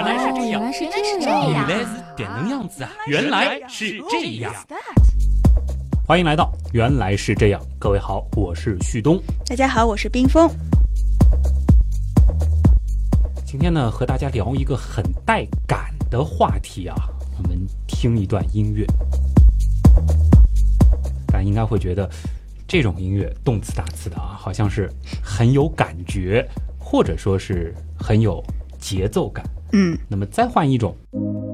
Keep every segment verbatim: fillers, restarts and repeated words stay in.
来是这样， 原来是这样， 原来是点能样子啊！原来是这样。欢迎来到原来是这样，各位好，我是旭东。 大家好，我是冰峰。 今天呢，和大家聊一个很带感的话题啊，我们听一段音乐。大家应该会觉得这种音乐动次打次的啊，好像是很有感觉，或者说是很有节奏感。 嗯， 那么再换一种，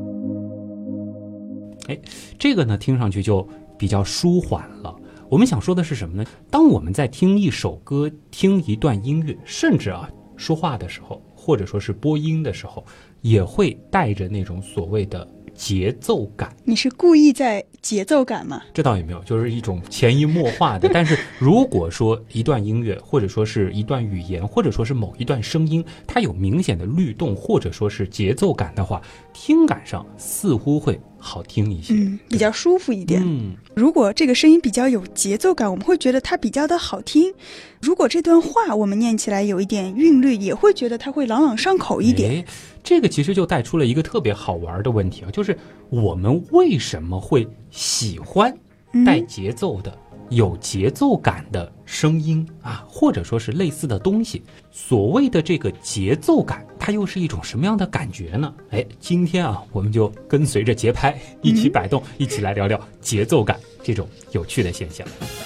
哎，这个呢听上去就比较舒缓了。我们想说的是什么呢？当我们在听一首歌、听一段音乐，甚至啊说话的时候，或者说是播音的时候，也会带着那种所谓的节奏感。 你是故意在节奏感吗？ 这倒也没有，就是一种潜移默化的。但是如果说一段音乐，或者说是一段语言，或者说是某一段声音，它有明显的律动，或者说是节奏感的话，听感上似乎会好听一些， 嗯，比较舒服一点。 嗯， 如果这个声音比较有节奏感，我们会觉得它比较的好听。如果这段话我们念起来有一点韵律，也会觉得它会朗朗上口一点。 这个其实就带出了一个特别好玩的问题啊，就是我们为什么会喜欢带节奏的、嗯、有节奏感的声音啊，或者说是类似的东西？所谓的这个节奏感，它又是一种什么样的感觉呢？哎，今天啊，我们就跟随着节拍一起摆动、嗯、一起来聊聊节奏感这种有趣的现象。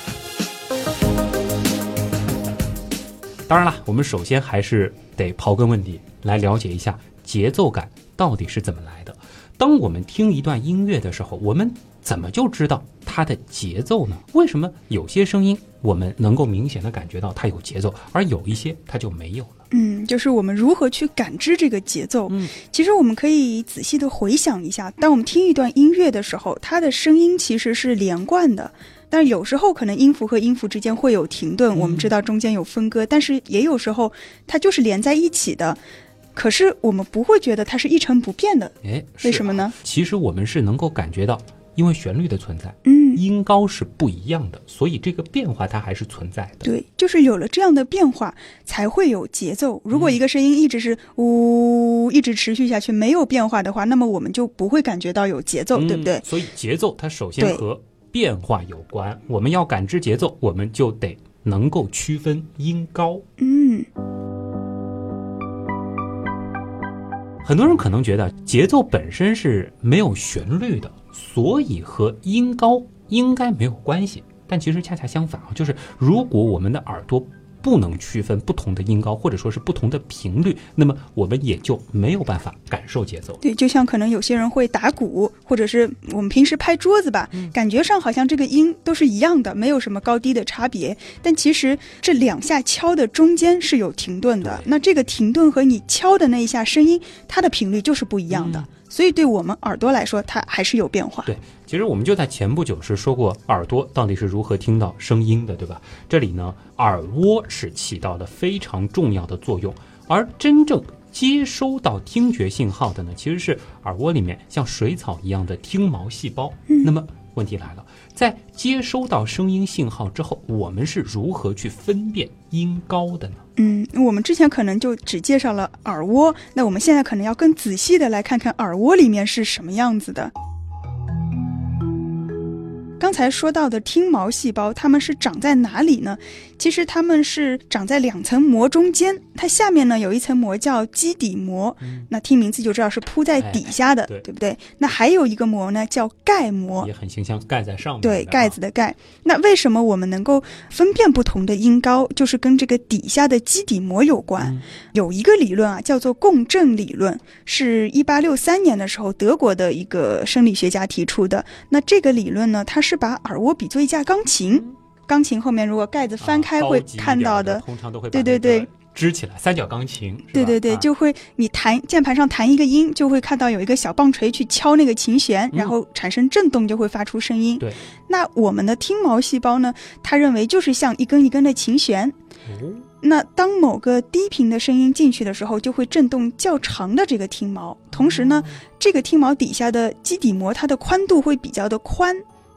当然了，我们首先还是得刨根问底，来了解一下节奏感到底是怎么来的。当我们听一段音乐的时候，我们怎么就知道它的节奏呢？为什么有些声音我们能够明显的感觉到它有节奏，而有一些它就没有呢？ 嗯，就是我们如何去感知这个节奏。嗯，其实我们可以仔细的回想一下，当我们听一段音乐的时候，它的声音其实是连贯的，但是有时候可能音符和音符之间会有停顿、嗯、我们知道中间有分割，但是也有时候它就是连在一起的，可是我们不会觉得它是一成不变的。 诶， 为什么呢？ 其实我们是能够感觉到，因为旋律的存在， 嗯， 音高是不一样的，所以这个变化它还是存在的。 对，就是有了这样的变化才会有节奏。如果一个声音一直是呜、嗯、一直持续下去没有变化的话，那么我们就不会感觉到有节奏、嗯、对不对？ 所以节奏它首先和变化有关，我们要感知节奏，我们就得能够区分音高。 嗯， 很多人可能觉得节奏本身是没有旋律的，所以和音高应该没有关系，但其实恰恰相反啊，就是如果我们的耳朵不能区分不同的音高，或者说是不同的频率，那么我们也就没有办法感受节奏。 对，就像可能有些人会打鼓，或者是我们平时拍桌子吧、嗯、感觉上好像这个音都是一样的，没有什么高低的差别，但其实这两下敲的中间是有停顿的，那这个停顿和你敲的那一下声音，它的频率就是不一样的、嗯，所以对我们耳朵来说它还是有变化。 对，其实我们就在前不久时说过耳朵到底是如何听到声音的，对吧？这里呢，耳蜗是起到了非常重要的作用，而真正接收到听觉信号的呢，其实是耳蜗里面像水草一样的听毛细胞、嗯、那么问题来了，在接收到声音信号之后，我们是如何去分辨音高的呢？ 嗯，我们之前可能就只介绍了耳蜗，那我们现在可能要更仔细的来看看耳蜗里面是什么样子的。刚才说到的听毛细胞，它们是长在哪里呢？其实它们是长在两层膜中间，它下面呢有一层膜叫基底膜、嗯、那听名字就知道是铺在底下的、哎、对, 对不对？那还有一个膜呢叫盖膜， 也很形象，盖在上面， 对，盖子的盖。那为什么我们能够分辨不同的音高，就是跟这个底下的基底膜有关、嗯、有一个理论啊叫做共振理论，是一八六三年的时候德国的一个生理学家提出的。那这个理论呢，它是把耳蜗比作一架钢琴、嗯、钢琴后面如果盖子翻开会看到的、 啊、通常都会把对对对支起来，三角钢琴， 对对对、啊、就会你弹键盘上弹一个音，就会看到有一个小棒槌去敲那个琴弦、嗯、然后产生震动，就会发出声音。 对， 那我们的听毛细胞呢，他认为就是像一根一根的琴弦、哦、那当某个低频的声音进去的时候，就会震动较长的这个听毛，同时呢、哦、这个听毛底下的基底膜它的宽度会比较的宽，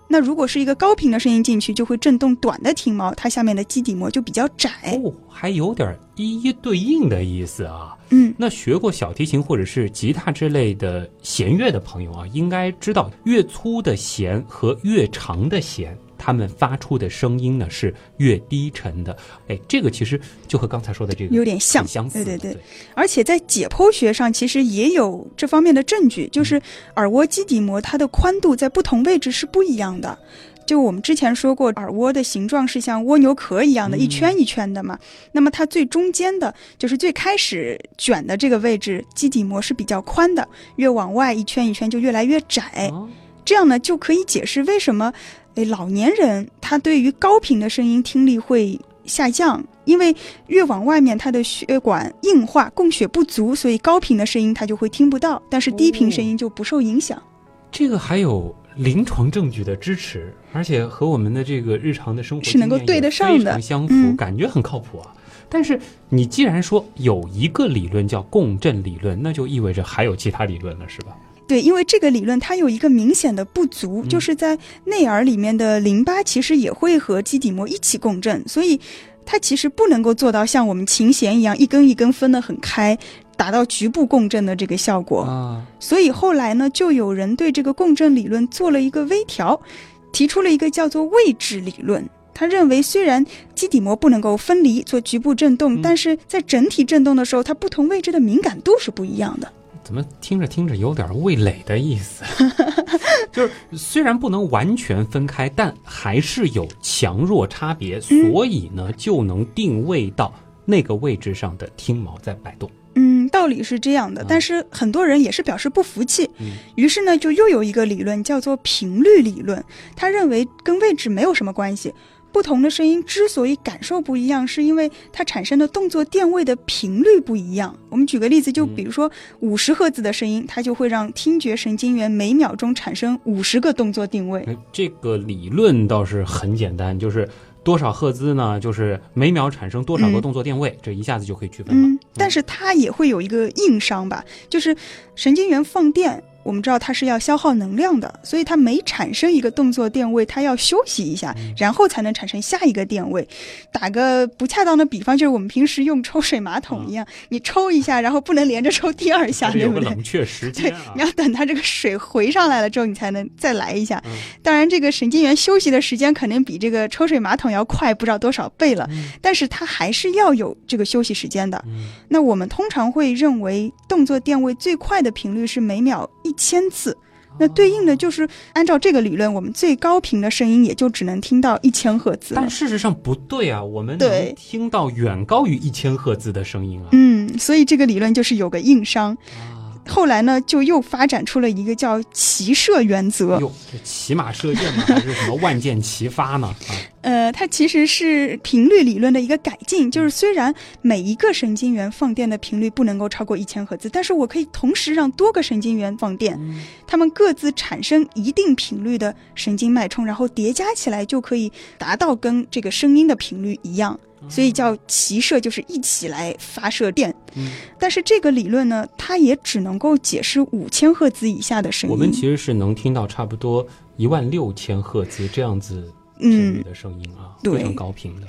那如果是一个高频的声音进去，就会震动短的听毛，它下面的基底膜就比较窄。 哦，还有点一一对应的意思啊。 嗯， 那学过小提琴或者是吉他之类的弦乐的朋友啊，应该知道越粗的弦和越长的弦，它们发出的声音呢是越低沉的。哎，这个其实就和刚才说的这个有点像， 相似。 对对对。而且在解剖学上其实也有这方面的证据，就是耳蜗基底膜它的宽度在不同位置是不一样的。就我们之前说过，耳蜗的形状是像蜗牛壳一样的，一圈一圈的嘛。嗯、那么它最中间的，就是最开始卷的这个位置，基底膜是比较宽的，越往外一圈一圈就越来越窄。哦、这样呢，就可以解释为什么，诶，老年人他对于高频的声音听力会下降，因为越往外面它的血管硬化，供血不足，所以高频的声音它就会听不到，但是低频声音就不受影响。哦、 这个还有临床证据的支持，而且和我们的这个日常的生活是能够对得上的， 非常相符，嗯、感觉很靠谱啊。但是你既然说有一个理论叫共振理论，那就意味着还有其他理论了，是吧？ 对，因为这个理论它有一个明显的不足，嗯、就是在内耳里面的淋巴其实也会和基底膜一起共振，所以它其实不能够做到像我们琴弦一样一根一根分得很开，达到局部共振的这个效果。啊、所以后来呢，就有人对这个共振理论做了一个微调，提出了一个叫做位置理论。他认为虽然基底膜不能够分离做局部振动，嗯、但是在整体振动的时候，它不同位置的敏感度是不一样的。 怎么听着听着有点味蕾的意思？就是虽然不能完全分开，但还是有强弱差别，嗯、所以呢就能定位到那个位置上的听毛在摆动。 嗯，道理是这样的，但是很多人也是表示不服气，嗯、于是呢就又有一个理论叫做频率理论，他认为跟位置没有什么关系。不同的声音之所以感受不一样，是因为它产生的动作电位的频率不一样。我们举个例子，就比如说五十赫兹的声音，它就会让听觉神经元每秒钟产生五十个动作定位。 这个理论倒是很简单，就是多少赫兹呢，就是每秒产生多少个动作电位，嗯、这一下子就可以区分了。 嗯、但是它也会有一个硬伤吧，就是神经元放电，我们知道它是要消耗能量的，所以它每产生一个动作电位，它要休息一下，然后才能产生下一个电位。打个不恰当的比方，就是我们平时用抽水马桶一样，嗯、你抽一下，然后不能连着抽第二下，对不对？ 有个冷却时间、啊、 对，你要等它这个水回上来了之后，你才能再来一下。嗯、当然，这个神经元休息的时间肯定比这个抽水马桶要快不知道多少倍了，嗯、但是它还是要有这个休息时间的。嗯、那我们通常会认为动作电位最快的频率是每秒一千次，那对应的就是按照这个理论，我们最高频的声音也就只能听到一千赫兹。 但事实上不对啊，我们能听到远高于一千赫兹的声音啊。 嗯，所以这个理论就是有个硬伤。啊后来呢，就又发展出了一个叫齐射原则。 哟，这骑马射箭呢，还是什么万箭齐发呢？啊， 呃，它其实是频率理论的一个改进，就是虽然每一个神经元放电的频率不能够超过一千赫兹，但是我可以同时让多个神经元放电，嗯、它们各自产生一定频率的神经脉冲，然后叠加起来就可以达到跟这个声音的频率一样。所以叫齐射，就是一起来发射电。嗯、但是这个理论呢，它也只能够解释五千赫兹以下的声音。 我们其实是能听到差不多一万六千赫兹这样子频率的声音啊，嗯、非常高频的。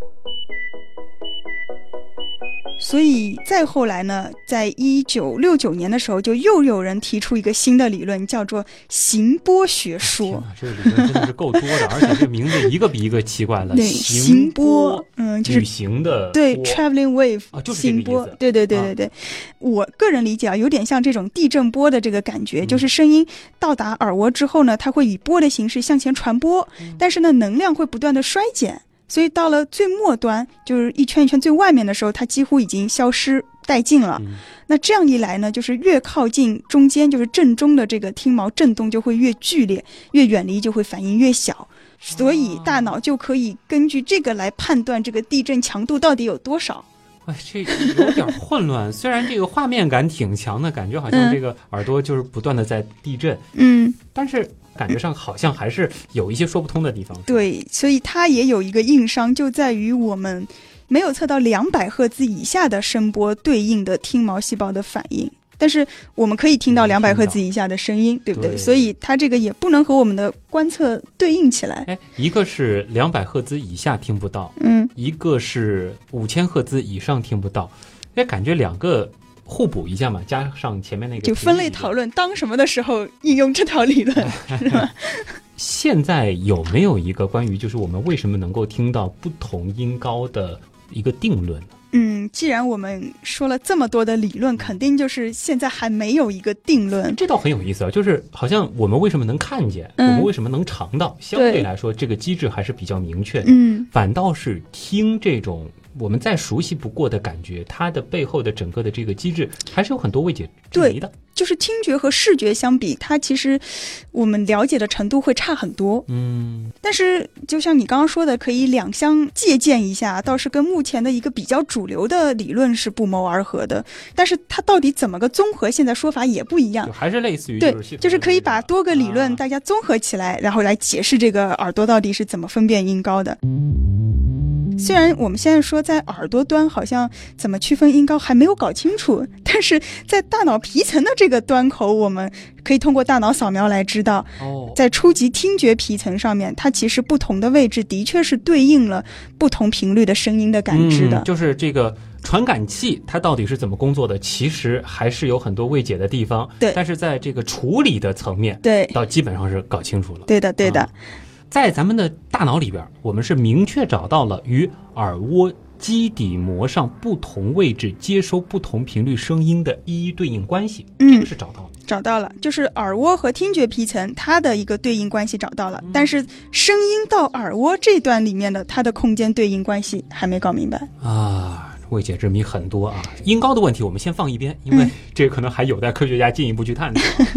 所以再后来呢，在一九六九年的时候，就又有人提出一个新的理论，叫做行波学说。 啊、这个理论真的是够多的，而且这个名字一个比一个奇怪了。 对， 行波，嗯，就是旅行的对 ，traveling wave， 啊，就是这个意思。 行波，对对对对对。啊、我个人理解啊，有点像这种地震波的这个感觉， 嗯、 就是声音到达耳蜗之后呢，它会以波的形式向前传播，嗯、但是呢，能量会不断的衰减。所以到了最末端，就是一圈一圈最外面的时候，它几乎已经消失殆尽了。嗯、那这样一来呢，就是越靠近中间，就是正中的这个听毛震动就会越剧烈，越远离就会反应越小。所以大脑就可以根据这个来判断这个地震强度到底有多少。 哎，这有点混乱。虽然这个画面感挺强的，感觉好像这个耳朵就是不断的在地震。嗯，但是感觉上好像还是有一些说不通的地方。 对，所以它也有一个硬伤，就在于我们没有测到两百赫兹以下的声波对应的听毛细胞的反应。 但是我们可以听到两百赫兹以下的声音，对不对？ 对， 所以它这个也不能和我们的观测对应起来。 哎，一个是两百赫兹以下听不到， 嗯， 一个是五千赫兹以上听不到，哎，感觉两个互补一下嘛，加上前面那个就分类讨论，当什么的时候应用这套理论，是吧？ 现在有没有一个关于就是我们为什么能够听到不同音高的一个定论呢？ 嗯，既然我们说了这么多的理论，肯定就是现在还没有一个定论。 这倒很有意思啊，就是好像我们为什么能看见， 嗯、 我们为什么能尝到，相对来说这个机制还是比较明确的。 嗯， 反倒是听这种我们再熟悉不过的感觉，它的背后的整个的这个机制还是有很多未解之谜的。 就是听觉和视觉相比，它其实我们了解的程度会差很多。 嗯， 但是就像你刚刚说的，可以两相借鉴一下，倒是跟目前的一个比较主流的理论是不谋而合的。但是它到底怎么个综合，现在说法也不一样， 还是类似于对，就是可以把多个理论大家综合起来，啊、然后来解释这个耳朵到底是怎么分辨音高的。虽然我们现在说在耳朵端好像怎么区分音高还没有搞清楚，但是在大脑皮层的这个端口，我们可以通过大脑扫描来知道，在初级听觉皮层上面，它其实不同的位置的确是对应了不同频率的声音的感知的。 嗯、就是这个传感器它到底是怎么工作的，其实还是有很多未解的地方。 对， 但是在这个处理的层面， 对， 到基本上是搞清楚了。 对的，对的。嗯， 在咱们的大脑里边，我们是明确找到了与耳蜗基底膜上不同位置接收不同频率声音的一一对应关系。 嗯， 这个是找到了， 找到了，就是耳蜗和听觉皮层它的一个对应关系找到了，嗯、但是声音到耳蜗这段里面的它的空间对应关系还没搞明白啊。未解之谜很多啊，音高的问题我们先放一边，因为这可能还有待科学家进一步去探讨。嗯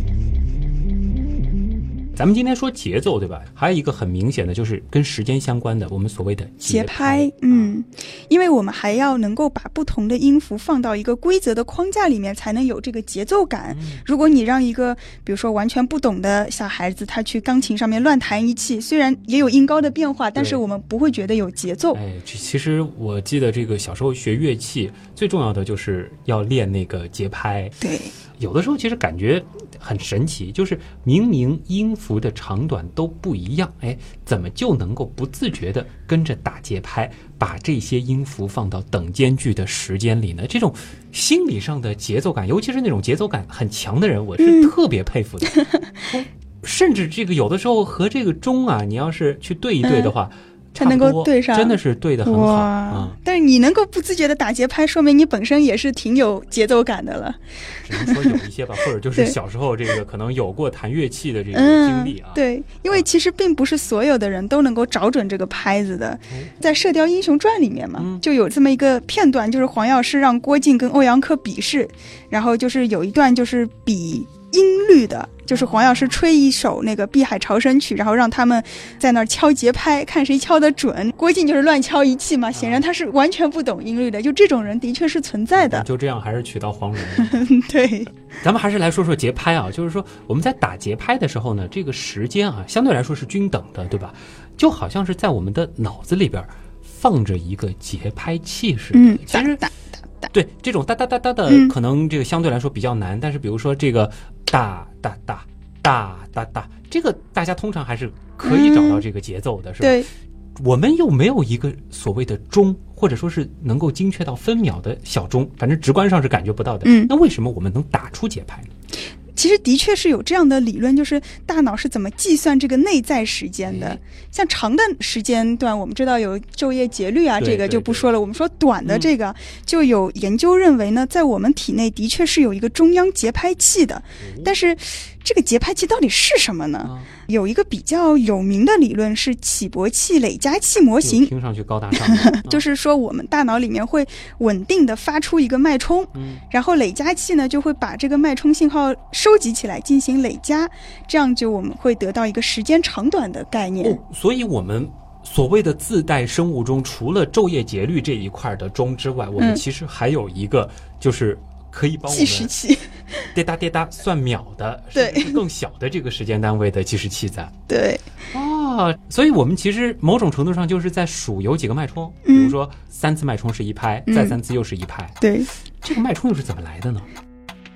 咱们今天说节奏，对吧？还有一个很明显的就是跟时间相关的，我们所谓的节拍。嗯，因为我们还要能够把不同的音符放到一个规则的框架里面，才能有这个节奏感。嗯、如果你让一个比如说完全不懂的小孩子，他去钢琴上面乱弹一气，虽然也有音高的变化，但是我们不会觉得有节奏。 哎，其实我记得这个小时候学乐器，最重要的就是要练那个节拍。 对。 有的时候其实感觉很神奇，就是明明音符的长短都不一样，哎，怎么就能够不自觉地跟着打节拍，把这些音符放到等间距的时间里呢？这种心理上的节奏感，尤其是那种节奏感很强的人，我是特别佩服的。嗯、甚至这个有的时候和这个钟啊，你要是去对一对的话。嗯才能够对上， 真的是对得很好啊、嗯！ 但是你能够不自觉的打节拍，说明你本身也是挺有节奏感的了。 只能说有一些吧，或者就是小时候这个可能有过弹乐器的这个经历啊、 嗯。对，因为其实并不是所有的人都能够找准这个拍子的。嗯、在《射雕英雄传》里面嘛、嗯，就有这么一个片段，就是黄药师让郭靖跟欧阳克比试，然后就是有一段就是比音律的。就是黄药师吹一首那个《碧海潮生曲》，然后让他们在那儿敲节拍，看谁敲得准。郭靖就是乱敲一气嘛，显然他是完全不懂音律的。就这种人的确是存在的。 就这样，还是取到黄蓉。 对， 咱们还是来说说节拍啊，就是说我们在打节拍的时候呢，这个时间啊，相对来说是均等的，对吧？就好像是在我们的脑子里边放着一个节拍器似的。 嗯， 其实哒哒哒， 对这种哒哒哒哒的，可能这个相对来说比较难。嗯、但是比如说这个哒哒哒哒哒哒，这个大家通常还是可以找到这个节奏的，嗯、是吧？ 对。 我们又没有一个所谓的钟，或者说是能够精确到分秒的小钟，反正直观上是感觉不到的。 嗯， 那为什么我们能打出节拍呢？ 其实的确是有这样的理论，就是大脑是怎么计算这个内在时间的。像长的时间段，我们知道有昼夜节律啊，这个就不说了。我们说短的这个，嗯、就有研究认为呢，在我们体内的确是有一个中央节拍器的，但是这个节拍器到底是什么呢？啊、有一个比较有名的理论是起搏器累加器模型， 听上去高大上。 就是说我们大脑里面会稳定的发出一个脉冲， 嗯、 然后累加器呢就会把这个脉冲信号收集起来进行累加，这样就我们会得到一个时间长短的概念。 哦，所以我们所谓的自带生物钟，除了昼夜节律这一块的钟之外，我们其实还有一个就是可以帮我们计时器， 滴答滴答算秒的， 对， 甚至更小的这个时间单位的计时器在。 对， 啊，所以我们其实某种程度上就是在数有几个脉冲，比如说三次脉冲是一拍， 嗯、 再三次又是一拍。 对， 这个脉冲又是怎么来的呢？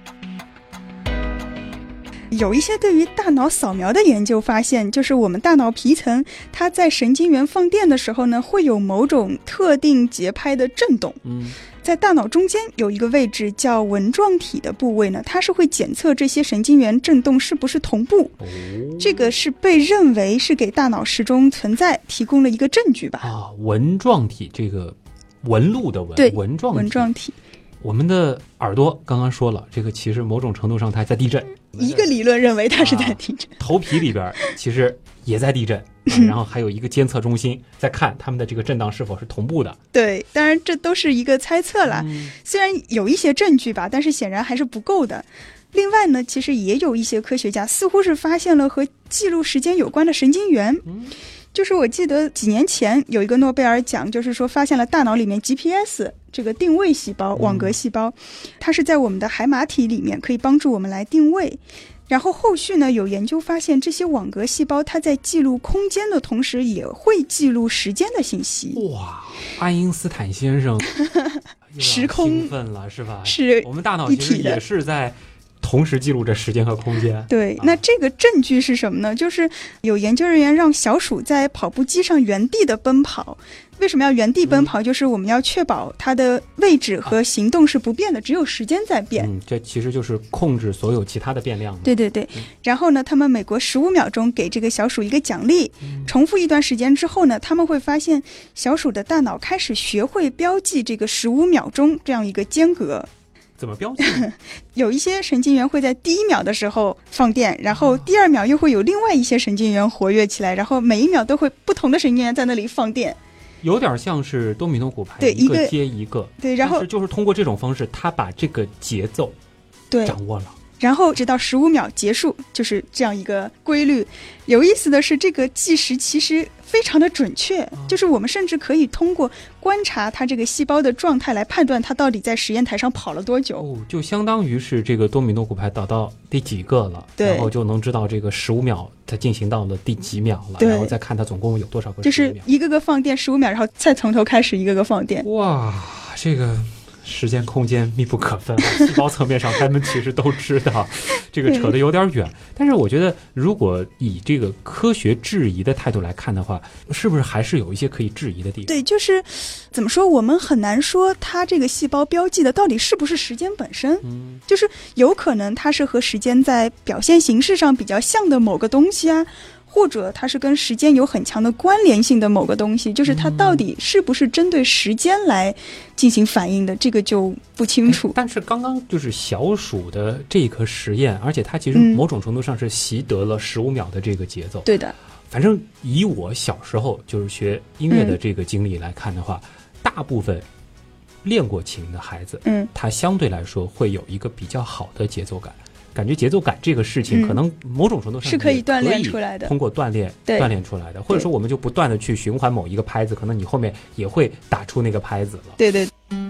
有一些对于大脑扫描的研究发现，就是我们大脑皮层它在神经元放电的时候呢，会有某种特定节拍的震动。 嗯， 在大脑中间有一个位置叫纹状体的部位呢，它是会检测这些神经元振动是不是同步。 哦， 这个是被认为是给大脑时钟存在提供了一个证据吧。 啊，纹状体，这个纹路的纹， 对， 纹状体。 纹状体。 我们的耳朵刚刚说了，这个其实某种程度上它在地震。 一个理论认为它是在地震。 啊、头皮里边其实也在地震、啊、然后还有一个监测中心在看它们的这个震荡是否是同步的。 对，当然这都是一个猜测啦、 嗯、 虽然有一些证据吧，但是显然还是不够的。另外呢，其实也有一些科学家似乎是发现了和记录时间有关的神经元。 嗯， 就是我记得几年前有一个诺贝尔奖，就是说发现了大脑里面 G P S 这个定位细胞、网格细胞，它是在我们的海马体里面，可以帮助我们来定位。然后后续呢，有研究发现这些网格细胞它在记录空间的同时也会记录时间的信息。 哇，爱因斯坦先生时空兴奋了是吧？ 是我们大脑其实也是在同时记录着时间和空间。 对、 啊、 那这个证据是什么呢？就是有研究人员让小鼠在跑步机上原地的奔跑。为什么要原地奔跑、嗯、就是我们要确保它的位置和行动是不变的、啊、只有时间在变。 嗯，这其实就是控制所有其他的变量。 对对对、嗯、然后呢，他们每隔十五秒钟给这个小鼠一个奖励、嗯、重复一段时间之后呢，他们会发现小鼠的大脑开始学会标记这个十五秒钟这样一个间隔。 怎么标记？ 有一些神经元会在第一秒的时候放电，然后第二秒又会有另外一些神经元活跃起来，然后每一秒都会不同的神经元在那里放电。 有点像是多米诺骨牌， 对， 一个接一个。 对，然后就是通过这种方式，他把这个节奏掌握了。 然后直到十五秒结束，就是这样一个规律。有意思的是，这个计时其实非常的准确、嗯、就是我们甚至可以通过观察它这个细胞的状态来判断它到底在实验台上跑了多久。 哦，就相当于是这个多米诺骨牌倒到第几个了， 对， 然后就能知道这个十五秒它进行到了第几秒了，然后再看它总共有多少个十五秒， 就是一个个放电十五秒，然后再从头开始一个个放电。 哇，这个时间空间密不可分，细胞层面上他们其实都知道，这个扯得有点远。但是我觉得，如果以这个科学质疑的态度来看的话，是不是还是有一些可以质疑的地方？ 对，就是怎么说，我们很难说它这个细胞标记的到底是不是时间本身。嗯，就是有可能它是和时间在表现形式上比较像的某个东西啊。或者它是跟时间有很强的关联性的某个东西，就是它到底是不是针对时间来进行反应的，这个就不清楚。 但是刚刚就是小鼠的这个实验，而且它其实某种程度上是习得了十五秒的这个节奏、嗯、 对的。 反正以我小时候就是学音乐的这个经历来看的话、嗯、大部分练过琴的孩子，嗯，他相对来说会有一个比较好的节奏感。感觉节奏感这个事情可能某种程度上是可以锻炼出来的， 通过锻炼锻炼出来的，或者说我们就不断的去循环某一个拍子，可能你后面也会打出那个拍子了。 对对。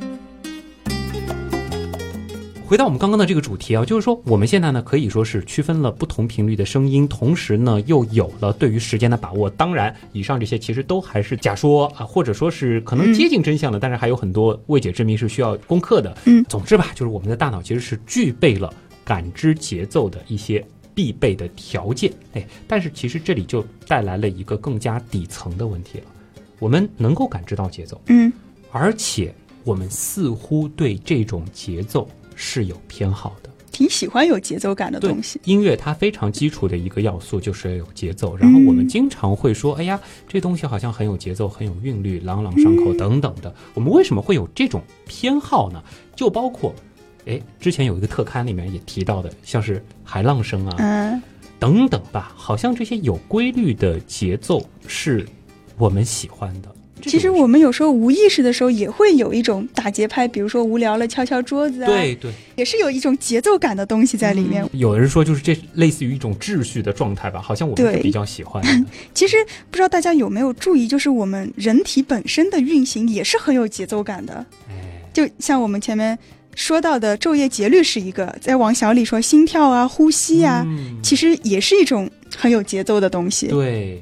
回到我们刚刚的这个主题啊，就是说我们现在呢可以说是区分了不同频率的声音，同时呢又有了对于时间的把握。当然以上这些其实都还是假说啊，或者说是可能接近真相的、嗯、但是还有很多未解之谜是需要攻克的。嗯，总之吧，就是我们的大脑其实是具备了感知节奏的一些必备的条件，哎，但是其实这里就带来了一个更加底层的问题了。我们能够感知到节奏，嗯，而且我们似乎对这种节奏是有偏好的， 挺喜欢有节奏感的东西。 音乐它非常基础的一个要素就是要有节奏，然后我们经常会说，哎呀，这东西好像很有节奏，很有韵律，朗朗上口等等的。我们为什么会有这种偏好呢？就包括哎，之前有一个特刊里面也提到的，像是海浪声啊、嗯、等等吧，好像这些有规律的节奏是我们喜欢的。 其实我们有时候无意识的时候也会有一种打节拍，比如说无聊了敲敲桌子啊， 对对， 也是有一种节奏感的东西在里面、 嗯、有人说就是这类似于一种秩序的状态吧，好像我们是比较喜欢的。 其实不知道大家有没有注意，就是我们人体本身的运行也是很有节奏感的、哎、就像我们前面说到的昼夜节律是一个，再往小里说心跳啊呼吸啊、嗯、其实也是一种很有节奏的东西。 对，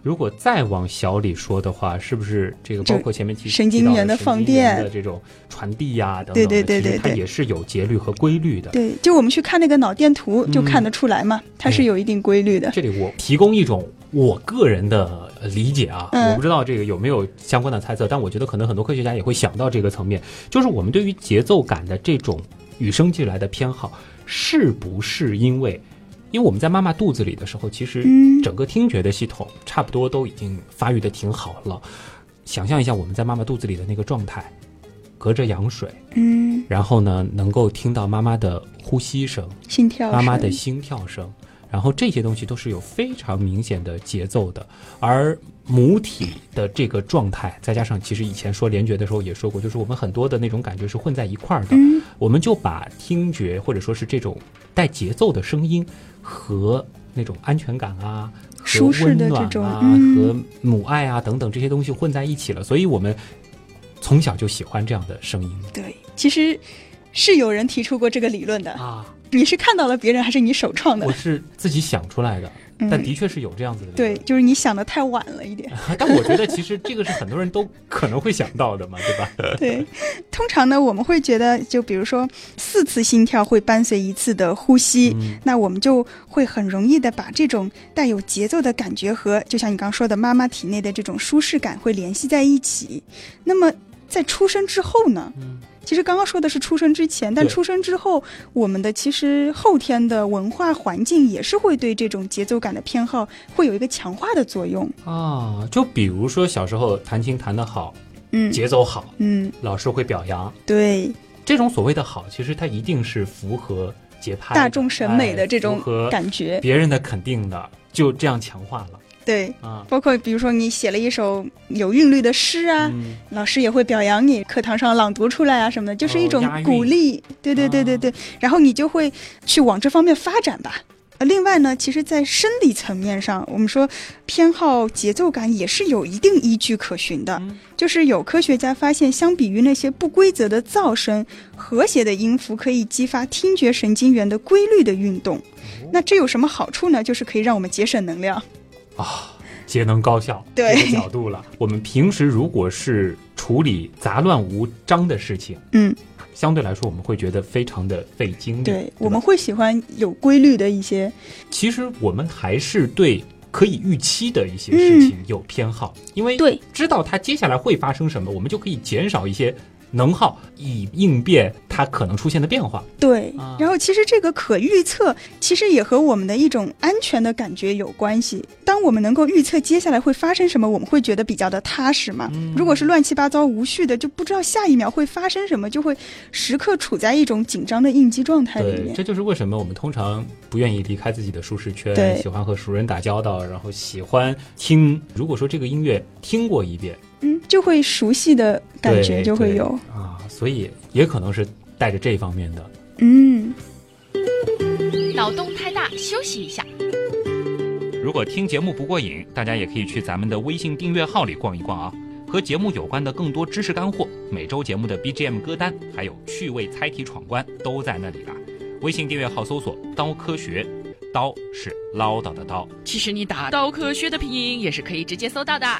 如果再往小里说的话，是不是这个包括前面提神经元的放电的这种传递呀、啊、等等， 对对对对对， 它也是有节律和规律的。 对，就我们去看那个脑电图就看得出来嘛，嗯、它是有一定规律的。 这里我提供一种我个人的理解啊、嗯，我不知道这个有没有相关的猜测，但我觉得可能很多科学家也会想到这个层面，就是我们对于节奏感的这种与生俱来的偏好，是不是因为？因为我们在妈妈肚子里的时候，其实整个听觉的系统差不多都已经发育的挺好了。想象一下我们在妈妈肚子里的那个状态，隔着羊水， 嗯， 然后呢，能够听到妈妈的呼吸声、 心跳声、 妈妈的心跳声，然后这些东西都是有非常明显的节奏的。而母体的这个状态，再加上其实以前说联觉的时候也说过，就是我们很多的那种感觉是混在一块儿的、 嗯， 我们就把听觉或者说是这种带节奏的声音和那种安全感啊、 舒适的这种啊、 嗯、 和母爱啊等等这些东西混在一起了，所以我们从小就喜欢这样的声音。 对，其实是有人提出过这个理论的啊。 你是看到了别人还是你首创的？ 我是自己想出来的。但的确是有这样子的、嗯、 对，就是你想的太晚了一点但我觉得其实这个是很多人都可能会想到的嘛，对吧？ 对，通常呢我们会觉得就比如说四次心跳会伴随一次的呼吸、嗯、那我们就会很容易的把这种带有节奏的感觉和就像你刚刚说的妈妈体内的这种舒适感会联系在一起。那么在出生之后呢、嗯，其实刚刚说的是出生之前，但出生之后我们的其实后天的文化环境也是会对这种节奏感的偏好会有一个强化的作用啊。就比如说小时候弹琴弹得好， 嗯， 节奏好， 嗯， 老师会表扬， 对， 这种所谓的好其实它一定是符合节拍大众审美的这种感觉， 别人的肯定的，就这样强化了。 对、啊，包括比如说你写了一首有韵律的诗啊、嗯、老师也会表扬你，课堂上朗读出来啊什么的，就是一种鼓励、哦、对对对对对、啊、然后你就会去往这方面发展吧。另外呢，其实在生理层面上我们说偏好节奏感也是有一定依据可循的、嗯、就是有科学家发现相比于那些不规则的噪声，和谐的音符可以激发听觉神经元的规律的运动、哦、那这有什么好处呢？就是可以让我们节省能量啊，节能高效对这个角度了。我们平时如果是处理杂乱无章的事情， 嗯， 相对来说我们会觉得非常的费精力， 对, 对，我们会喜欢有规律的一些。 其实我们还是对可以预期的一些事情有偏好、嗯、因为对知道它接下来会发生什么，我们就可以减少一些能耗，以应变它可能出现的变化。 对、啊、然后其实这个可预测其实也和我们的一种安全的感觉有关系。当我们能够预测接下来会发生什么，我们会觉得比较的踏实嘛、嗯、如果是乱七八糟无序的，就不知道下一秒会发生什么，就会时刻处在一种紧张的应激状态里面。 对，这就是为什么我们通常不愿意离开自己的舒适圈，喜欢和熟人打交道，然后喜欢听，如果说这个音乐听过一遍， 嗯，就会熟悉的感觉就会有啊，所以也可能是带着这方面的。 嗯， 脑洞太大，休息一下。 如果听节目不过瘾，大家也可以去咱们的微信订阅号里逛一逛啊，和节目有关的更多知识干货，每周节目的 B G M 歌单，还有趣味猜题闯关都在那里了。微信订阅号搜索刀科学，刀是唠叨的刀， 其实你打刀科学的拼音也是可以直接搜到的。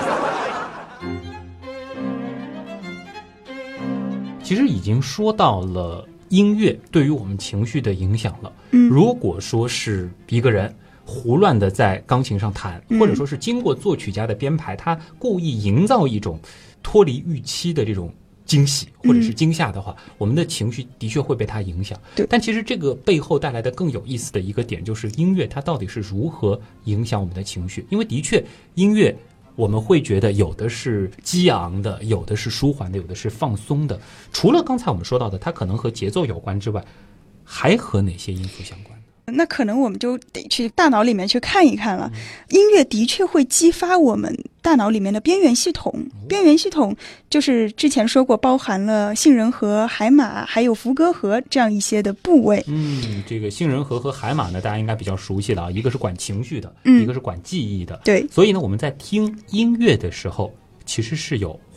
其实已经说到了音乐对于我们情绪的影响了。 嗯， 如果说是一个人胡乱的在钢琴上弹、嗯、或者说是经过作曲家的编排，他故意营造一种脱离预期的这种惊喜或者是惊吓的话、嗯、我们的情绪的确会被它影响。 对， 但其实这个背后带来的更有意思的一个点，就是音乐它到底是如何影响我们的情绪。因为的确音乐我们会觉得有的是激昂的，有的是舒缓的，有的是放松的。除了刚才我们说到的它可能和节奏有关之外，还和哪些因素相关？ 那可能我们就得去大脑里面去看一看了。音乐的确会激发我们大脑里面的边缘系统，边缘系统就是之前说过包含了杏仁核、海马还有伏隔核这样一些的部位。 嗯，这个杏仁核和海马呢，大家应该比较熟悉了啊，一个是管情绪的、 嗯、 一个是管记忆的。 对， 所以呢我们在听音乐的时候其实是有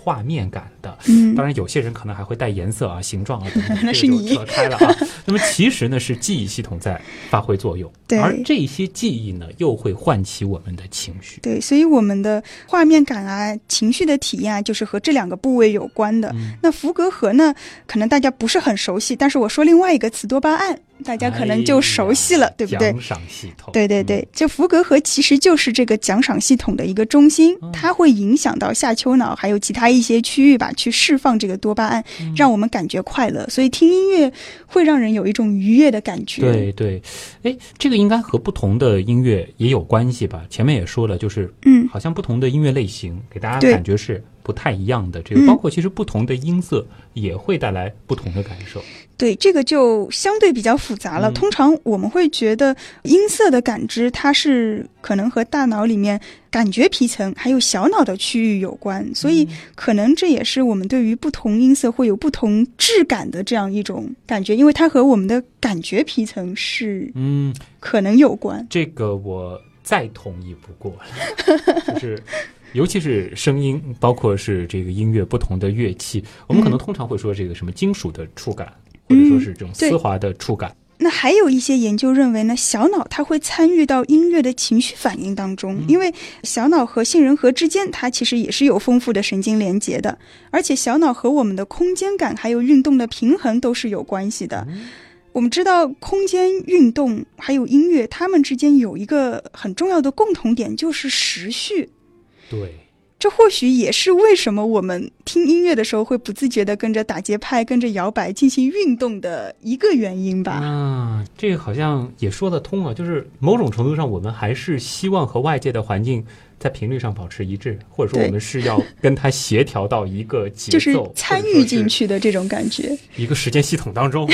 画面感的。 嗯， 当然有些人可能还会带颜色啊、形状啊等等， 那是你这个就扯开了啊。那么其实呢是记忆系统在发挥作用， 对， 而这些记忆呢又会唤起我们的情绪。 对，所以我们的画面感啊、情绪的体验啊，就是和这两个部位有关的。嗯、那福格核呢，可能大家不是很熟悉，但是我说另外一个词多巴胺，大家可能就熟悉了，哎、对不对？ 奖赏系统。 对对对，这福格核其实就是这个奖赏系统的一个中心，嗯、它会影响到下丘脑还有其他一些区域吧，去释放这个多巴胺，嗯、让我们感觉快乐。所以听音乐会让人有一种愉悦的感觉。 对对，哎，这个应该和不同的音乐也有关系吧？前面也说了，就是嗯，好像不同的音乐类型给大家感觉是不太一样的。这个包括其实不同的音色也会带来不同的感受。 对，这个就相对比较复杂了。嗯、通常我们会觉得音色的感知，它是可能和大脑里面感觉皮层还有小脑的区域有关，所以可能这也是我们对于不同音色会有不同质感的这样一种感觉，因为它和我们的感觉皮层是嗯可能有关。嗯、 这个我再同意不过了，就是尤其是声音，包括是这个音乐不同的乐器，我们可能通常会说这个什么金属的触感，嗯、或者说是这种丝滑的触感。 那还有一些研究认为呢，小脑它会参与到音乐的情绪反应当中，嗯、因为小脑和杏仁核之间它其实也是有丰富的神经连接的，而且小脑和我们的空间感还有运动的平衡都是有关系的。嗯、我们知道空间、运动还有音乐，它们之间有一个很重要的共同点，就是时序。 对。 这或许也是为什么我们听音乐的时候会不自觉地跟着打节拍、跟着摇摆进行运动的一个原因吧。 啊，这个好像也说得通啊，就是某种程度上我们还是希望和外界的环境在频率上保持一致，或者说我们是要跟它协调到一个节奏， 就是参与进去的这种感觉， 一个时间系统当中。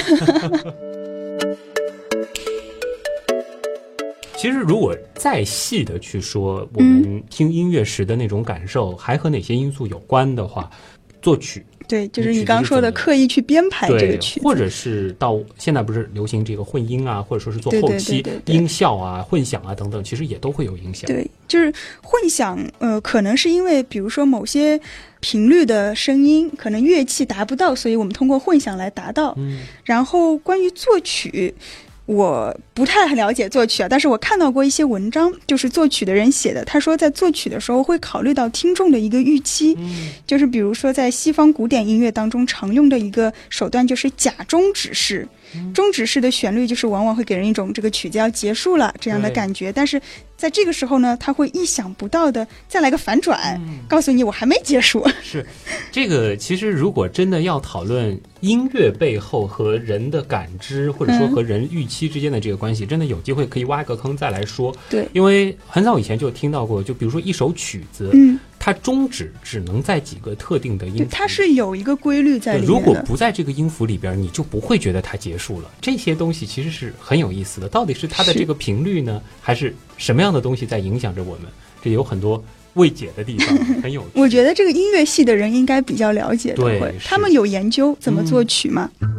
其实如果再细的去说我们听音乐时的那种感受还和哪些因素有关的话，作曲， 对，就是你刚刚说的刻意去编排这个曲子， 或者是到现在不是流行这个混音啊，或者说是做后期音效啊、混响啊等等，其实也都会有影响。 对，就是混响，呃，可能是因为比如说某些频率的声音可能乐器达不到，所以我们通过混响来达到。嗯，然后关于作曲，我不太了解作曲啊，但是我看到过一些文章，就是作曲的人写的，他说在作曲的时候会考虑到听众的一个预期，嗯、就是比如说在西方古典音乐当中常用的一个手段就是假终止式，嗯、终止式的旋律就是往往会给人一种这个曲子要结束了这样的感觉，但是在这个时候呢，他会意想不到的再来个反转，嗯、告诉你我还没结束。 是，这个其实如果真的要讨论音乐背后和人的感知，或者说和人预期之间的这个关系，嗯、真的有机会可以挖个坑再来说。 对， 因为很早以前就听到过，就比如说一首曲子，嗯、它终止只能在几个特定的音符， 它是有一个规律在里面的。 如果不在这个音符里边，你就不会觉得它结束了。这些东西其实是很有意思的，到底是它的这个频率呢，还是什么样的东西在影响着我们？这有很多未解的地方，很有趣。 我觉得这个音乐系的人应该比较了解的， 对， 会他们有研究怎么作曲嘛。嗯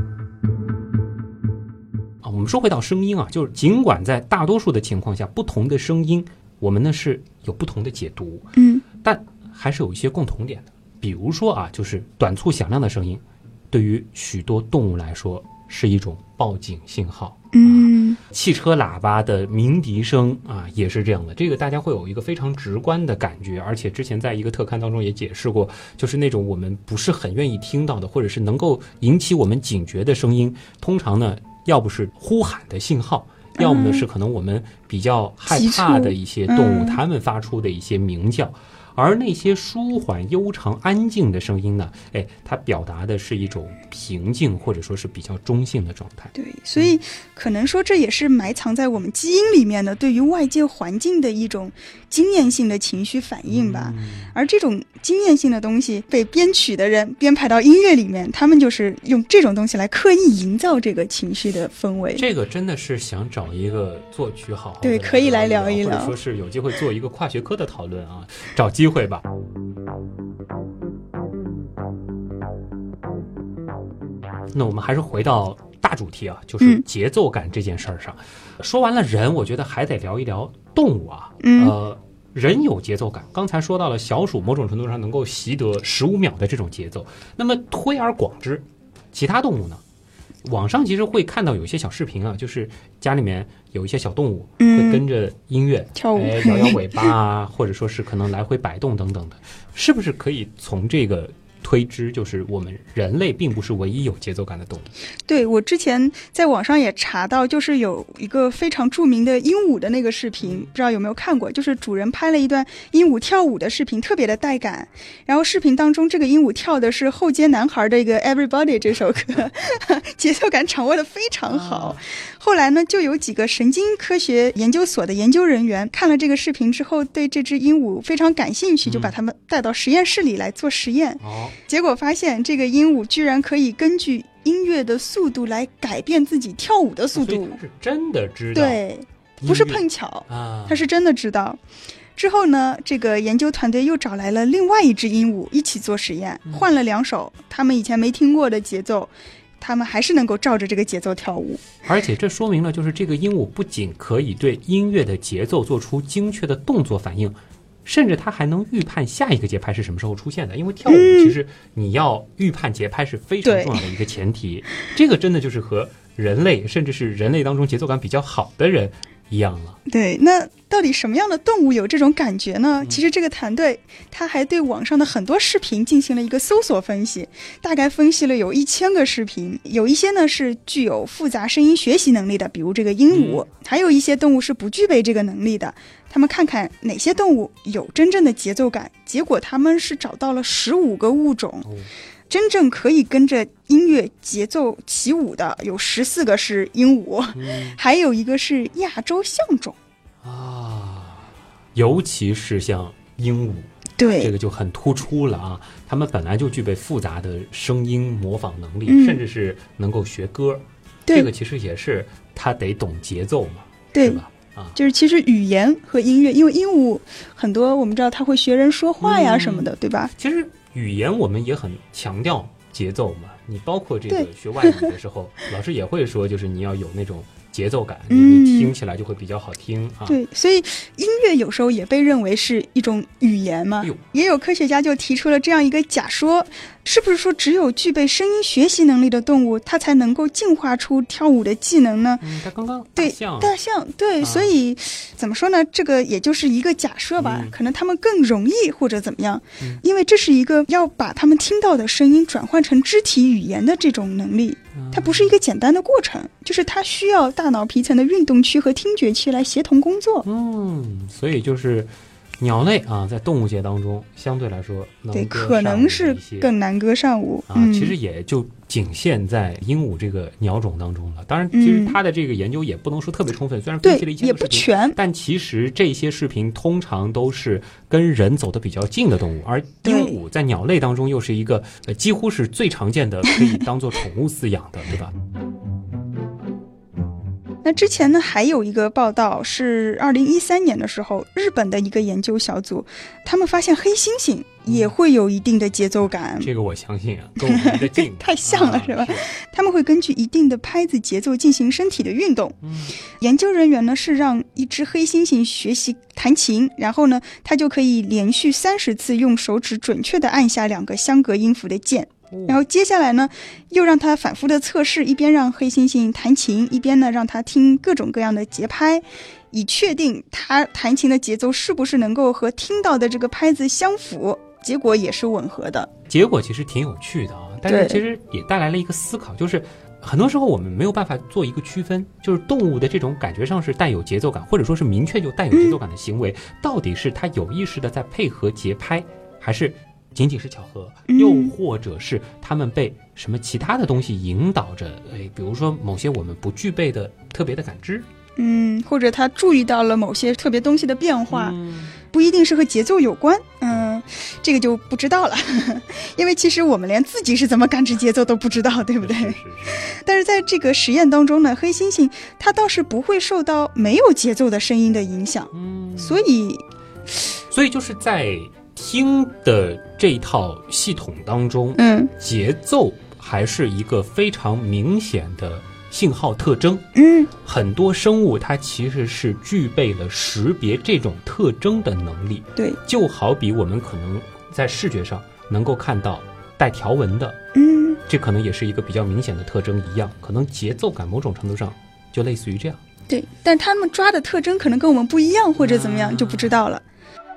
我们说回到声音啊，就是尽管在大多数的情况下，不同的声音我们呢是有不同的解读，嗯，但还是有一些共同点的。比如说啊，就是短促响亮的声音，对于许多动物来说是一种报警信号。嗯，汽车喇叭的鸣笛声啊，也是这样的。这个大家会有一个非常直观的感觉，而且之前在一个特刊当中也解释过，就是那种我们不是很愿意听到的，或者是能够引起我们警觉的声音，通常呢，要不是呼喊的信号，要么呢是可能我们比较害怕的一些动物，它们发出的一些鸣叫。而那些舒缓、悠长、安静的声音呢，哎，它表达的是一种平静，或者说是比较中性的状态。 对，所以可能说这也是埋藏在我们基因里面的对于外界环境的一种经验性的情绪反应吧。嗯、而这种经验性的东西被编曲的人编排到音乐里面，他们就是用这种东西来刻意营造这个情绪的氛围。 这个真的是想找一个作曲好好的对，可以来聊一聊， 或者说是有机会做一个跨学科的讨论啊，找机会吧。那我们还是回到大主题啊，就是节奏感这件事儿上。嗯、说完了人，我觉得还得聊一聊动物啊。嗯、呃， 人有节奏感，刚才说到了小鼠某种程度上能够习得十五秒的这种节奏，那么推而广之，其他动物呢？网上其实会看到有一些小视频啊，就是家里面有一些小动物会跟着音乐、嗯、 跳舞， 哎，摇摇尾巴啊，或者说是可能来回摆动等等的，是不是可以从这个推知，就是我们人类并不是唯一有节奏感的动物？ 对，我之前在网上也查到，就是有一个非常著名的鹦鹉的那个视频，不知道有没有看过，就是主人拍了一段鹦鹉跳舞的视频，特别的带感，然后视频当中这个鹦鹉跳的是后街男孩的一个 Everybody 这首歌节奏感掌握的非常好。后来呢，就有几个神经科学研究所的研究人员看了这个视频之后，对这只鹦鹉非常感兴趣，就把它们带到实验室里来做实验、 哦、 结果发现这个鹦鹉居然可以根据音乐的速度来改变自己跳舞的速度， 所以它是真的知道， 对，不是碰巧， 啊， 它是真的知道。之后呢，这个研究团队又找来了另外一只鹦鹉一起做实验，换了两首他们以前没听过的节奏，他们还是能够照着这个节奏跳舞。 而且这说明了，就是这个鹦鹉不仅可以对音乐的节奏做出精确的动作反应，甚至它还能预判下一个节拍是什么时候出现的。因为跳舞其实你要预判节拍是非常重要的一个前提、嗯、这个真的就是和人类甚至是人类当中节奏感比较好的人一样了。 对，那到底什么样的动物有这种感觉呢？其实这个团队他还对网上的很多视频进行了一个搜索分析，大概分析了有一千个视频，有一些呢是具有复杂声音学习能力的，比如这个鹦鹉、嗯、还有一些动物是不具备这个能力的。他们看看哪些动物有真正的节奏感，结果他们是找到了十五个物种、哦，真正可以跟着音乐节奏起舞的有十四个是鹦鹉、嗯、还有一个是亚洲象种啊，尤其是像鹦鹉， 对， 这个就很突出了啊。他们本来就具备复杂的声音模仿能力、嗯、甚至是能够学歌，这个其实也是他得懂节奏嘛， 对， 是吧？啊， 就是其实语言和音乐，因为鹦鹉很多我们知道它会学人说话呀什么的、嗯、对吧？ 其实语言我们也很强调节奏嘛，你包括这个学外语的时候老师也会说，就是你要有那种节奏感，你听起来就会比较好听、嗯、啊。 对，所以音乐有时候也被认为是一种语言嘛。也有科学家就提出了这样一个假说，是不是说只有具备声音学习能力的动物，它才能够进化出跳舞的技能呢？ 嗯，它刚刚对大象， 大象对、啊，所以怎么说呢？这个也就是一个假设吧，嗯、可能它们更容易或者怎么样、嗯，因为这是一个要把它们听到的声音转换成肢体语言的这种能力。它不是一个简单的过程，就是它需要大脑皮层的运动区和听觉区来协同工作。 嗯，所以就是鸟类啊，在动物界当中相对来说能对，可能是更难歌善舞啊、嗯。其实也就仅限在鹦鹉这个鸟种当中了。当然，其实它的这个研究也不能说特别充分，嗯、虽然分析了一些也不全， 但其实这些视频通常都是跟人走得比较近的动物，而鹦鹉在鸟类当中又是一个呃几乎是最常见的，可以当做宠物饲养的，对吧？ 那之前呢，还有一个报道是二零一三年的时候，日本的一个研究小组，他们发现黑猩猩也会有一定的节奏感。 这个我相信啊，跟我们的近太像了、啊、是吧？是他们会根据一定的拍子节奏进行身体的运动。嗯、研究人员呢是让一只黑猩猩学习弹琴，然后呢，它就可以连续三十次用手指准确地按下两个相隔音符的键。然后接下来呢，又让他反复的测试，一边让黑猩猩弹琴，一边呢让他听各种各样的节拍，以确定他弹琴的节奏是不是能够和听到的这个拍子相符。结果也是吻合的。 结果其实挺有趣的啊，但是其实也带来了一个思考，就是很多时候我们没有办法做一个区分，就是动物的这种感觉上是带有节奏感，或者说是明确就带有节奏感的行为，嗯、到底是他有意识的在配合节拍，还是仅仅是巧合，又或者是他们被什么其他的东西引导着，哎，比如说某些我们不具备的特别的感知， 嗯，或者他注意到了某些特别东西的变化， 嗯、 不一定是和节奏有关，嗯，这个就不知道了，因为其实我们连自己是怎么感知节奏都不知道，对不对？ 是是是。 但是在这个实验当中呢，黑猩猩它倒是不会受到没有节奏的声音的影响， 嗯， 所以， 所以就是在听的这一套系统当中， 嗯， 节奏还是一个非常明显的信号特征。 嗯， 很多生物它其实是具备了识别这种特征的能力。 对， 就好比我们可能在视觉上能够看到带条纹的， 嗯， 这可能也是一个比较明显的特征一样，可能节奏感某种程度上就类似于这样。 对，但他们抓的特征可能跟我们不一样，或者怎么样、嗯、就不知道了。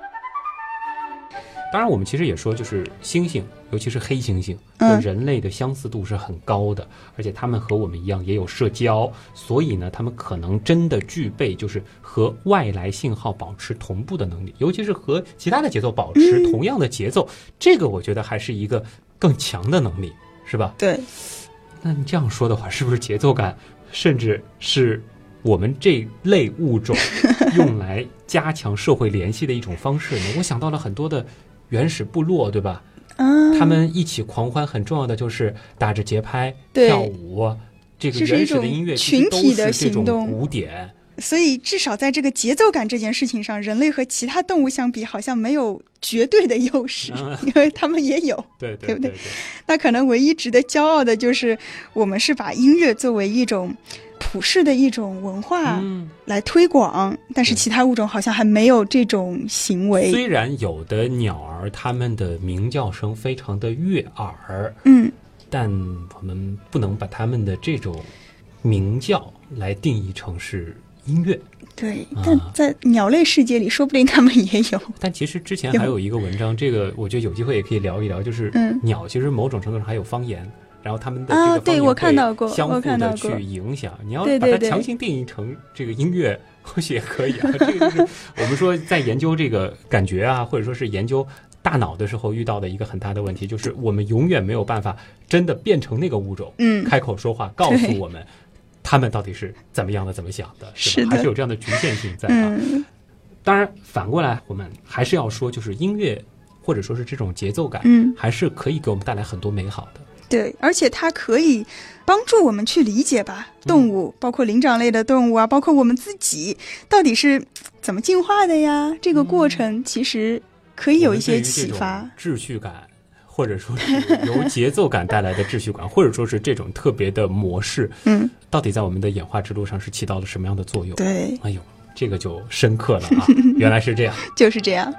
当然我们其实也说，就是猩猩尤其是黑猩猩和人类的相似度是很高的、嗯、而且他们和我们一样也有社交，所以呢他们可能真的具备就是和外来信号保持同步的能力，尤其是和其他的节奏保持同样的节奏、嗯、这个我觉得还是一个更强的能力，是吧？ 对。 那你这样说的话，是不是节奏感甚至是我们这类物种用来加强社会联系的一种方式呢？我想到了很多的原始部落，对吧？ 嗯， 他们一起狂欢，很重要的就是打着节拍跳舞，这个原始的音乐群体的行动鼓点。 所以至少在这个节奏感这件事情上，人类和其他动物相比好像没有绝对的优势、嗯、因为他们也有， 对对对, 对不对？那可能唯一值得骄傲的就是我们是把音乐作为一种普世的一种文化来推广、嗯、但是其他物种好像还没有这种行为。 虽然有的鸟儿它们的鸣叫声非常的悦耳， 嗯， 但我们不能把它们的这种鸣叫来定义成是音乐。 对，但在鸟类世界里说不定他们也有。 但其实之前还有一个文章，这个我觉得有机会也可以聊一聊，就是鸟其实某种程度上还有方言，然后他们的这个方言会相互的去影响、啊、你要把它强行定义成这个音乐或许也可以啊。这个就是我们说在研究这个感觉啊，或者说是研究大脑的时候遇到的一个很大的问题，就是我们永远没有办法真的变成那个物种、嗯、开口说话告诉我们他们到底是怎么样的怎么想的，是吧？ 是的， 还是有这样的局限性在啊、嗯、当然反过来我们还是要说，就是音乐或者说是这种节奏感、嗯、还是可以给我们带来很多美好的。 对，而且它可以帮助我们去理解吧，动物、嗯、包括灵长类的动物啊，包括我们自己到底是怎么进化的呀，这个过程其实可以有一些启发。 秩序感或者说是由节奏感带来的秩序感或者说是这种特别的模式，嗯，到底在我们的演化之路上是起到了什么样的作用？ 对， 哎呦，这个就深刻了啊！原来是这样， 就是这样。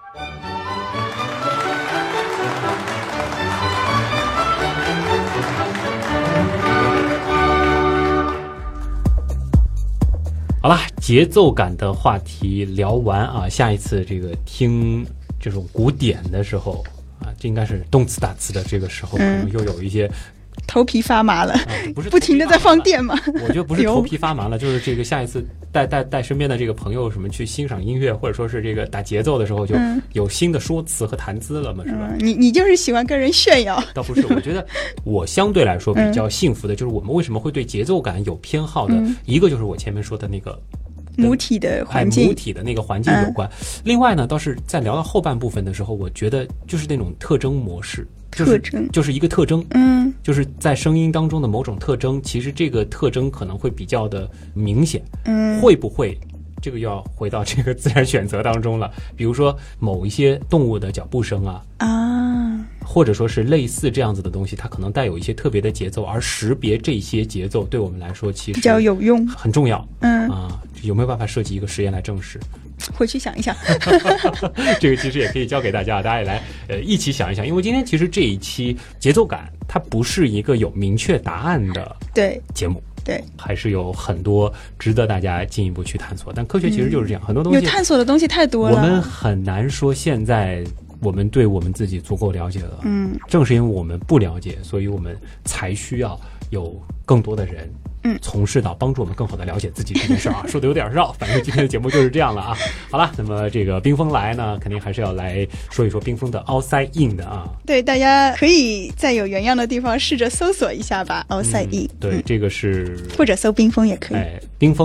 好了，节奏感的话题聊完啊，下一次这个听这种古典的时候啊，这应该是动词打词的这个时候，可能又有一些、嗯、 头皮发麻了，啊、 不是不停的在放电吗？ 我觉得不是头皮发麻了，就是这个下一次带带带身边的这个朋友什么去欣赏音乐，或者说是这个打节奏的时候，就有新的说辞和谈资了嘛，嗯、是吧？ 你你就是喜欢跟人炫耀？ 倒不是，我觉得我相对来说比较幸福的，就是我们为什么会对节奏感有偏好的、嗯、一个就是我前面说的那个。 母体的环境， 母体的那个环境有关、嗯。另外呢，倒是在聊到后半部分的时候，我觉得就是那种特征模式，就是特征就是一个特征， 嗯， 就是在声音当中的某种特征，其实这个特征可能会比较的明显， 嗯， 会不会？这个要回到这个自然选择当中了，比如说某一些动物的脚步声啊， 啊， 或者说是类似这样子的东西，它可能带有一些特别的节奏，而识别这些节奏对我们来说其实比较有用， 很重要。 嗯啊，有没有办法设计一个实验来证实？ 回去想一想。 这个其实也可以教给大家，大家也来呃一起想一想，因为今天其实这一期节奏感它不是一个有明确答案的对节目。 对， 还是有很多值得大家进一步去探索。但科学其实就是这样，嗯、很多东西有探索的东西太多了， 我们很难说现在我们对我们自己足够了解了。 嗯， 正是因为我们不了解，所以我们才需要有更多的人。 嗯， 从事到帮助我们更好的了解自己这件事啊，说的有点绕，反正今天的节目就是这样了啊。好了，那么这个冰封来呢，肯定还是要来说一说冰封的 outside in 的啊。 对，大家可以在有原样的地方试着搜索一下吧 ，outside in、 嗯。对、嗯，这个是或者搜冰封也可以。 哎，冰封啊，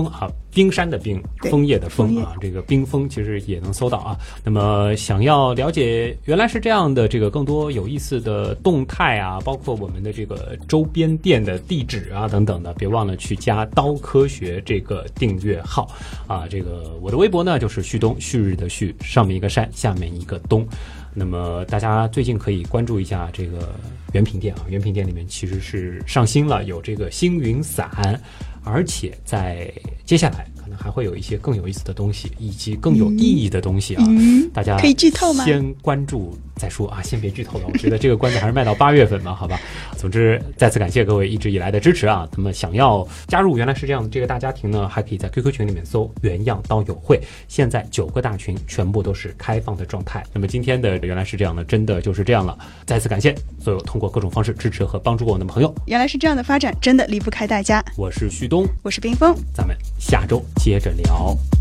冰山的冰，枫叶的枫啊，这个冰封其实也能搜到啊。那么想要了解原来是这样的这个更多有意思的动态啊，包括我们的这个周边店的地址啊等等的，别忘了去加刀科学这个订阅号啊。这个我的微博呢就是旭东，旭日的旭，上面一个山，下面一个东。那么大家最近可以关注一下这个原品店啊，原品店里面其实是上新了，有这个星云伞，而且在接下来可能还会有一些更有意思的东西，以及更有意义的东西啊。 嗯、 大家可以剧透吗？ 先关注再说啊，先别剧透了。我觉得这个关子还是卖到八月份吧，好吧。总之，再次感谢各位一直以来的支持啊。那么想要加入原来是这样的这个大家庭呢，还可以在 Q Q 群里面搜“原样刀友会”，现在九个大群全部都是开放的状态。那么今天的原来是这样的，真的就是这样了。再次感谢所有通过各种方式支持和帮助我的朋友。 原来是这样的发展，真的离不开大家。 我是旭东， 我是冰峰， 咱们下周接着聊。